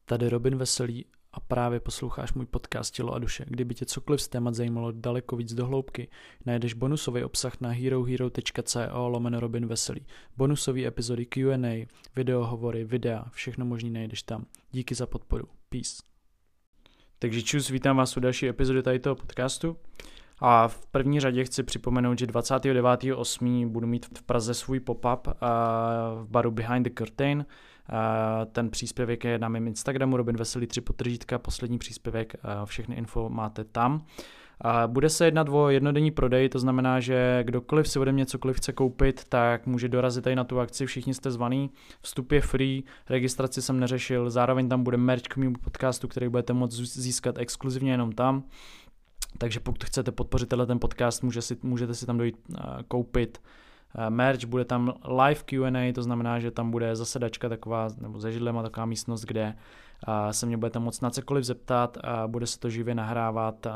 Tady Robin Veselý a právě posloucháš můj podcast Tělo a duše. Kdyby tě cokoliv z témat zajímalo daleko víc do hloubky, najdeš bonusový obsah na herohero.co/Robin Veselý. Bonusové epizody Q&A, videohovory, videa, všechno možný najdeš tam. Díky za podporu. Peace. Takže čus, vítám vás u další epizody tady toho podcastu. A v první řadě chci připomenout, že 29.8. budu mít v Praze svůj pop-up v baru Behind the Curtain. Ten příspěvek je na mém Instagramu Robin Veselý 3 poslední příspěvek, všechny info máte tam. Bude se jednat o jednodenní prodej, to znamená, že kdokoliv si ode mě cokoliv chce koupit, tak může dorazit tady na tu akci, všichni jste zvaný, vstup je free, registraci jsem neřešil, zároveň tam bude merch k mému podcastu, který budete moct získat exkluzivně jenom tam. Takže pokud chcete podpořit ten podcast, můžete si tam dojít koupit merch, bude tam live Q&A, to znamená, že tam bude zasedačka taková, nebo ze židlema taková místnost, kde se mě budete moct na cokoliv zeptat, bude se to živě nahrávat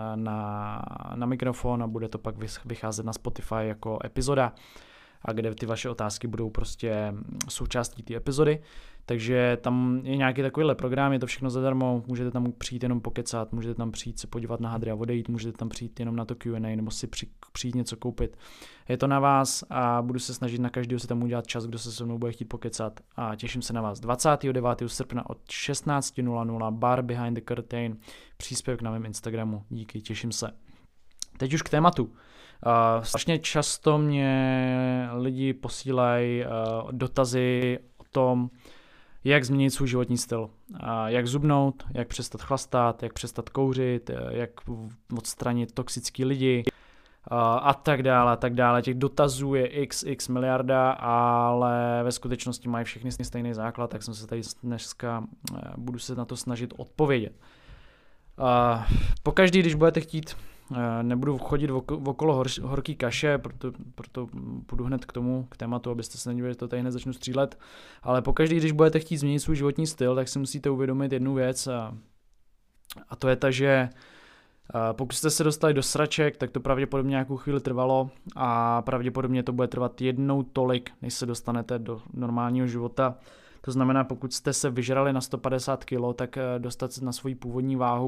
na mikrofon a bude to pak vycházet na Spotify jako epizoda, a kde ty vaše otázky budou prostě součástí té epizody. Takže tam je nějaký takovýhle program, je to všechno zadarmo, můžete tam přijít jenom pokecat, můžete tam přijít se podívat na hadry a odejít, můžete tam přijít jenom na to Q&A nebo si přijít něco koupit. Je to na vás a budu se snažit na každého si tam udělat čas, kdo se mnou bude chtít pokecat, a těším se na vás. 29. srpna od 16:00 bar Behind the Curtain, příspěvek na mém Instagramu. Díky, těším se. Teď už k tématu. Strašně často mě lidi posílají dotazy o tom, jak změnit svůj životní styl, jak zubnout, jak přestat chlastat, jak přestat kouřit, jak odstranit toxický lidi a tak dále. Těch dotazů je x miliarda, ale ve skutečnosti mají všechny stejný základ, tak jsem se tady dneska budu se na to snažit odpovědět. Pokaždý, když budete chtít, nebudu chodit okolo horký kaše, proto půjdu hned k tématu, abyste se nedívali, že to tady hned začnu střílet, ale pokaždý, když budete chtít změnit svůj životní styl, tak si musíte uvědomit jednu věc, a to je ta, že pokud jste se dostali do sraček, tak to pravděpodobně nějakou chvíli trvalo a pravděpodobně to bude trvat jednou tolik, než se dostanete do normálního života. To znamená, pokud jste se vyžrali na 150 kg, tak dostat se na svoji původní váhu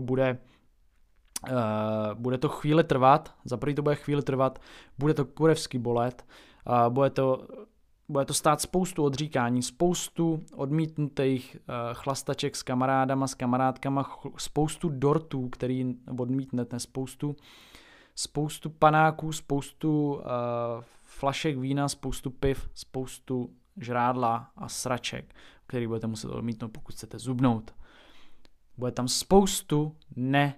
bude to chvíli trvat, za první to bude chvíli trvat, bude to kurevsky bolet, bude to stát spoustu odříkání, spoustu odmítnutých chlastaček s kamarádama, s kamarádkama, spoustu dortů, který odmítnete, spoustu panáků, spoustu flašek vína, spoustu piv, spoustu žrádla a sraček, který budete muset odmítnout, pokud chcete zubnout. Bude tam spoustu ne.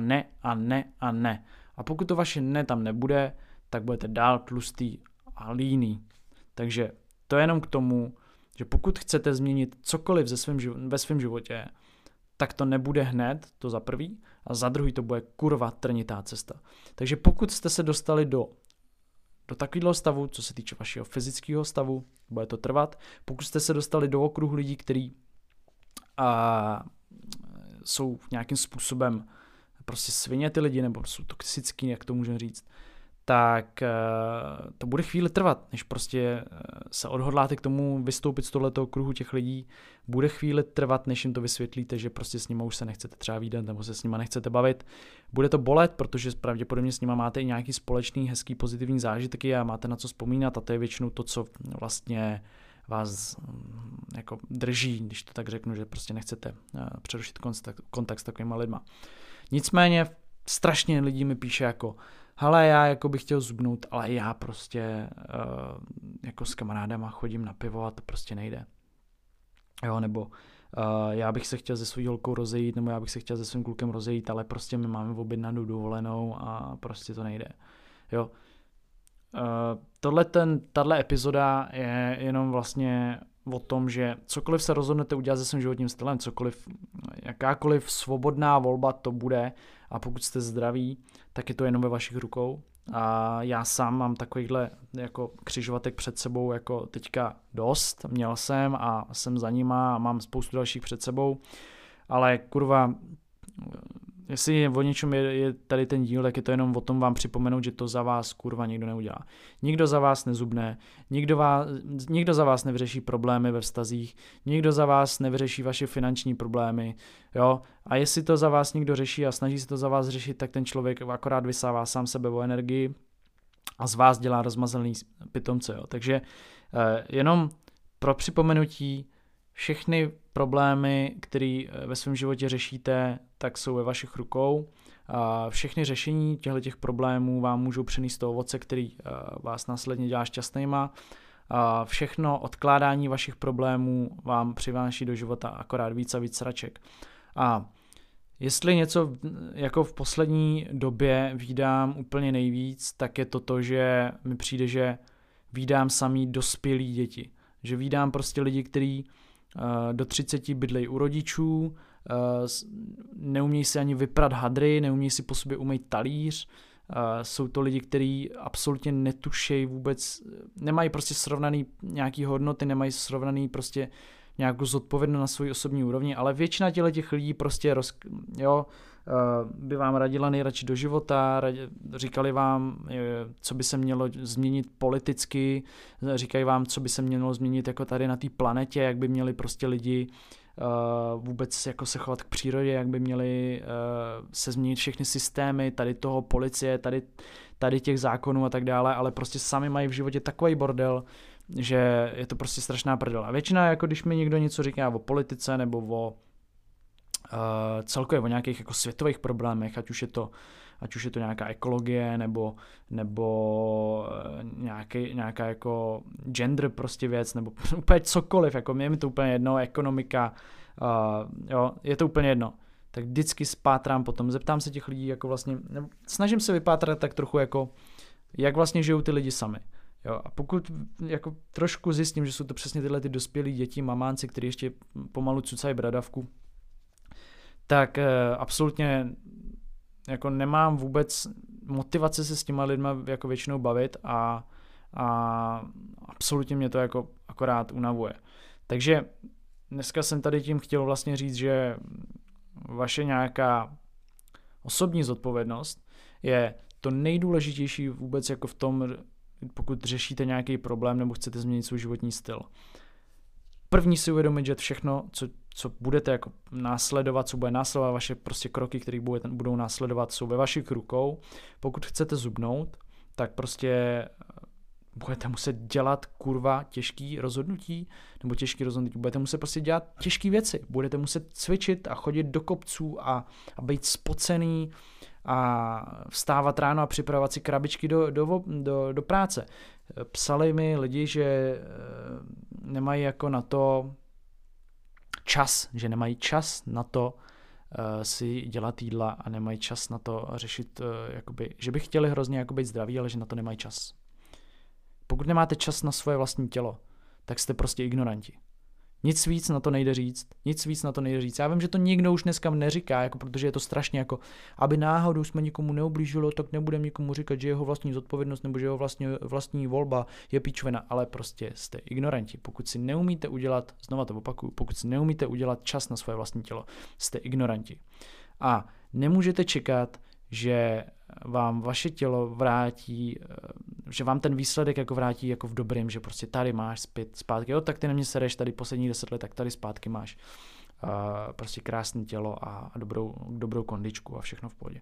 A pokud to vaše ne tam nebude, tak budete dál tlustý a líný. Takže to je jenom k tomu, že pokud chcete změnit cokoliv ve svém životě, tak to nebude hned, to za prvý, a za druhý to bude kurva trnitá cesta. Takže pokud jste se dostali do takového stavu, co se týče vašeho fyzického stavu, bude to trvat. Pokud jste se dostali do okruhu lidí, kteří jsou nějakým způsobem prostě svině ty lidi, nebo jsou toxický, jak to můžeme říct, tak to bude chvíli trvat, než prostě se odhodláte k tomu vystoupit z tohletoho kruhu těch lidí. Bude chvíli trvat, než jim to vysvětlíte, že prostě s nima už se nechcete třeba vídat, nebo se s nima nechcete bavit. Bude to bolet, protože pravděpodobně s nima máte i nějaký společný, hezký, pozitivní zážitky a máte na co vzpomínat, a to je většinou to, co vlastně vás jako drží, když to tak řeknu, že prostě nechcete přerušit kontakt s takovýma lidma. Nicméně strašně lidí mi píše jako, hele, já jako bych chtěl zubnout, ale já prostě jako s kamarádama chodím na pivo a to prostě nejde. Jo, nebo já bych se chtěl se svou holkou rozejít, nebo já bych se chtěl se svým klukem rozejít, ale prostě my máme objednanou dovolenou a prostě to nejde. Jo. Tahle epizoda je jenom vlastně o tom, že cokoliv se rozhodnete udělat se svým životním stylem, jakákoliv svobodná volba to bude, a pokud jste zdraví, tak je to jenom ve vašich rukou. A já sám mám takovýhle jako křižovatek před sebou jako teďka dost, měl jsem a jsem za nima a mám spoustu dalších před sebou, ale kurva, jestli o něčem je tady ten díl, tak je to jenom o tom vám připomenout, že to za vás kurva nikdo neudělá. Nikdo za vás nezubne, nikdo za vás nevyřeší problémy ve vztazích, nikdo za vás nevyřeší vaše finanční problémy, jo. A jestli to za vás někdo řeší a snaží se to za vás řešit, tak ten člověk akorát vysává sám sebe o energii a z vás dělá rozmazaný pitomce, jo. Takže jenom pro připomenutí, všechny problémy, které ve svém životě řešíte, tak jsou ve vašich rukou. Všechny řešení těchto problémů vám můžou přinést to ovoce, který vás následně dělá šťastnýma. Všechno odkládání vašich problémů vám přiváží do života akorát víc a víc sraček. A jestli něco jako v poslední době vídám úplně nejvíc, tak je to, že mi přijde, že vídám samý dospělí děti. Že vídám prostě lidi, kteří do 30 bydlejí u rodičů, neumějí si ani vyprat hadry, neumějí si po sobě umýt talíř, jsou to lidi, kteří absolutně netušejí vůbec, nemají prostě srovnaný nějaký hodnoty, nemají srovnaný prostě nějakou zodpovědnost na své osobní úrovni, ale většina těch lidí prostě by vám radila nejradši do života, říkali vám, co by se mělo změnit politicky, říkají vám, co by se mělo změnit jako tady na té planetě, jak by měli prostě lidi vůbec jako se chovat k přírodě, jak by měli se změnit všechny systémy, tady toho policie, tady těch zákonů a tak dále, ale prostě sami mají v životě takový bordel, že je to prostě strašná prdel. A většina, jako když mi někdo něco říká o politice nebo o celkově o nějakých jako světových problémech, ať už je to nějaká ekologie nebo nějaká jako gender prostě věc, nebo úplně cokoliv, jako mě mi to úplně jedno, ekonomika, je to úplně jedno. Tak vždycky spátrám potom, zeptám se těch lidí, jako vlastně, snažím se vypátrat tak trochu jako, jak vlastně žijou ty lidi sami. Jo, a pokud jako trošku zjistím, že jsou to přesně tyhle ty dospělí děti, mamánci, kteří ještě pomalu cucají bradavku, tak absolutně jako nemám vůbec motivace se s těma lidma jako většinou bavit a absolutně mě to jako akorát unavuje. Takže dneska jsem tady tím chtěl vlastně říct, že vaše nějaká osobní zodpovědnost je to nejdůležitější vůbec jako v tom, pokud řešíte nějaký problém nebo chcete změnit svůj životní styl. První si uvědomit, že všechno, co budete jako následovat, co bude následovat vaše prostě kroky, které budou následovat, jsou ve vašich rukou. Pokud chcete zubnout, tak prostě budete muset dělat kurva těžký rozhodnutí, budete muset prostě dělat těžké věci, budete muset cvičit a chodit do kopců a být spocený a vstávat ráno a připravovat si krabičky do práce. Psali mi lidi, že nemají jako na to čas, že nemají čas na to si dělat jídla a nemají čas na to řešit, jakoby, že by chtěli hrozně jako být zdraví, ale že na to nemají čas. Pokud nemáte čas na svoje vlastní tělo, tak jste prostě ignoranti. Nic víc na to nejde říct. Já vím, že to nikdo už dneska neříká, jako protože je to strašně jako, aby náhodou jsme nikomu neublížilo, tak nebudeme nikomu říkat, že jeho vlastní zodpovědnost nebo že jeho vlastní volba je píčovina, ale prostě jste ignoranti. Pokud si neumíte udělat, znova to opakuju, pokud si neumíte udělat čas na svoje vlastní tělo, jste ignoranti. A nemůžete čekat, že vám vaše tělo vrátí, že vám ten výsledek jako vrátí jako v dobrým, že prostě tady máš zpátky, jo, tak ty na mě sereš tady posledních 10 let, tak tady zpátky máš prostě krásné tělo a dobrou kondičku a všechno v pohodě.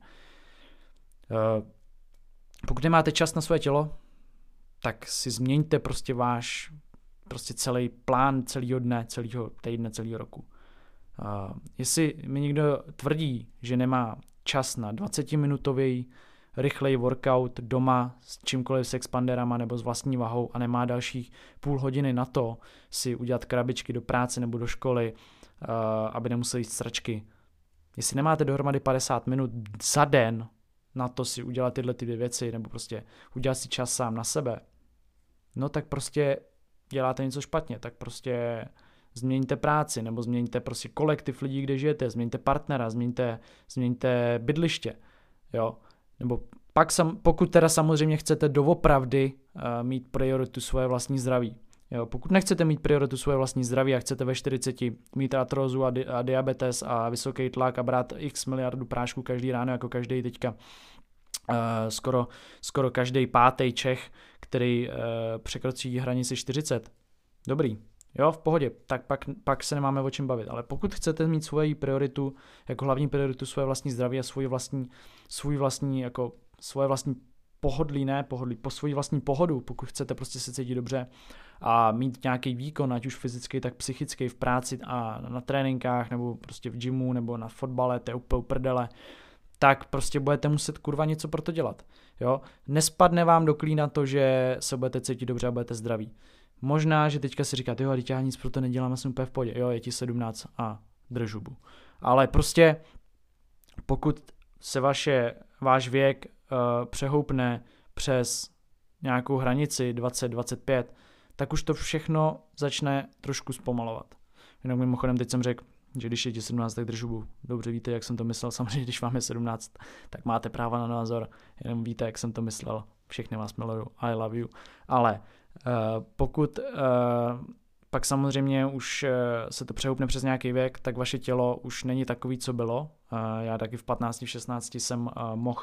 Pokud nemáte čas na své tělo, tak si změňte prostě váš prostě celý plán celého dne, celého týdne, celého roku. Jestli mi někdo tvrdí, že nemá čas na 20-minutový rychlej workout doma s čímkoliv, s expanderama nebo s vlastní vahou a nemá dalších půl hodiny na to si udělat krabičky do práce nebo do školy, aby nemuseli jít sračky. Jestli nemáte dohromady 50 minut za den na to si udělat tyhle ty dvě věci nebo prostě udělat si čas sám na sebe, no tak prostě děláte něco špatně, tak prostě změňte práci, nebo změňte prostě kolektiv lidí, kde žijete, změňte partnera, změňte bydliště, jo. Nebo pak, pokud teda samozřejmě chcete doopravdy mít prioritu svoje vlastní zdraví, Jo, pokud nechcete mít prioritu svoje vlastní zdraví a chcete ve 40 mít artrózu a diabetes a vysoký tlak a brát x miliardu prášků každý ráno, jako každý teďka skoro každý pátý Čech, který překročí hranici 40. Dobrý, jo, v pohodě, tak pak se nemáme o čem bavit, ale pokud chcete mít svoji prioritu, jako hlavní prioritu svoje vlastní zdraví a svoji vlastní svoji vlastní pohodu, pokud chcete prostě se cítit dobře a mít nějaký výkon, ať už fyzický, tak psychický v práci a na tréninkách, nebo prostě v gymu, nebo na fotbale, to je úplně prdele, tak prostě budete muset kurva něco pro to dělat. Jo? Nespadne vám do klína to, že se budete cítit dobře a budete zdraví. Možná, že teďka si říkáte, jo, a teď já nic pro to nedělám, já jsem úplně v pohodě, jo, je ti 17 a drž hubu. Ale prostě pokud se váš věk přehoupne přes nějakou hranici 20-25, tak už to všechno začne trošku zpomalovat. Jenom mimochodem teď jsem řekl, že když je ti 17, tak drž hubu. Dobře víte, jak jsem to myslel, samozřejmě když vám je 17, tak máte práva na názor, jenom víte, jak jsem to myslel, všechny vás miluju, I love you, ale pokud pak samozřejmě už se to přehoupne přes nějaký věk, tak vaše tělo už není takový, co bylo. Já taky v 15, v 16 jsem mohl,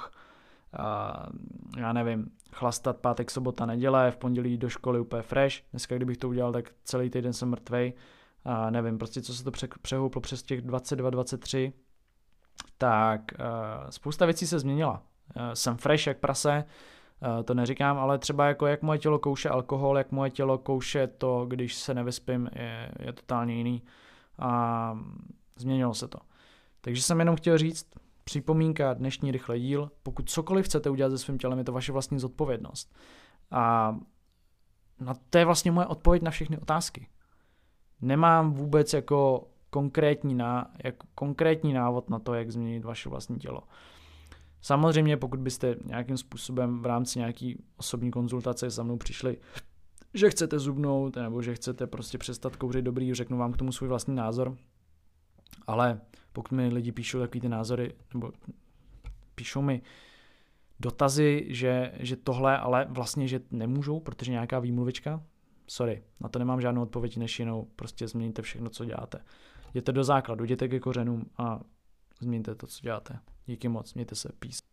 já nevím, chlastat pátek, sobota, neděle, v pondělí do školy úplně fresh. Dneska, kdybych to udělal, tak celý týden jsem mrtvej. Nevím, prostě co se to přehouplo přes těch 22, 23, tak spousta věcí se změnila. Jsem fresh jak prase, to neříkám, ale třeba jako jak moje tělo kouše alkohol, jak moje tělo kouše to, když se nevyspím, je totálně jiný a změnilo se to. Takže jsem jenom chtěl říct, připomínka, dnešní rychlý díl, pokud cokoliv chcete udělat se svým tělem, je to vaše vlastní zodpovědnost. A to je vlastně moje odpověď na všechny otázky. Nemám vůbec jako konkrétní návod na to, jak změnit vaše vlastní tělo. Samozřejmě, pokud byste nějakým způsobem v rámci nějaký osobní konzultace se mnou přišli, že chcete zubnout, nebo že chcete prostě přestat kouřit, dobrý, řeknu vám k tomu svůj vlastní názor, ale pokud mi lidi píšou takový ty názory, nebo píšou mi dotazy, že tohle, ale vlastně, že nemůžou, protože nějaká výmluvička, sorry, na to nemám žádnou odpověď, než jinou, prostě změníte všechno, co děláte. Jděte do základu, jděte ke kořenům a změňte to, co děláte. Díky moc, mějte se, peace.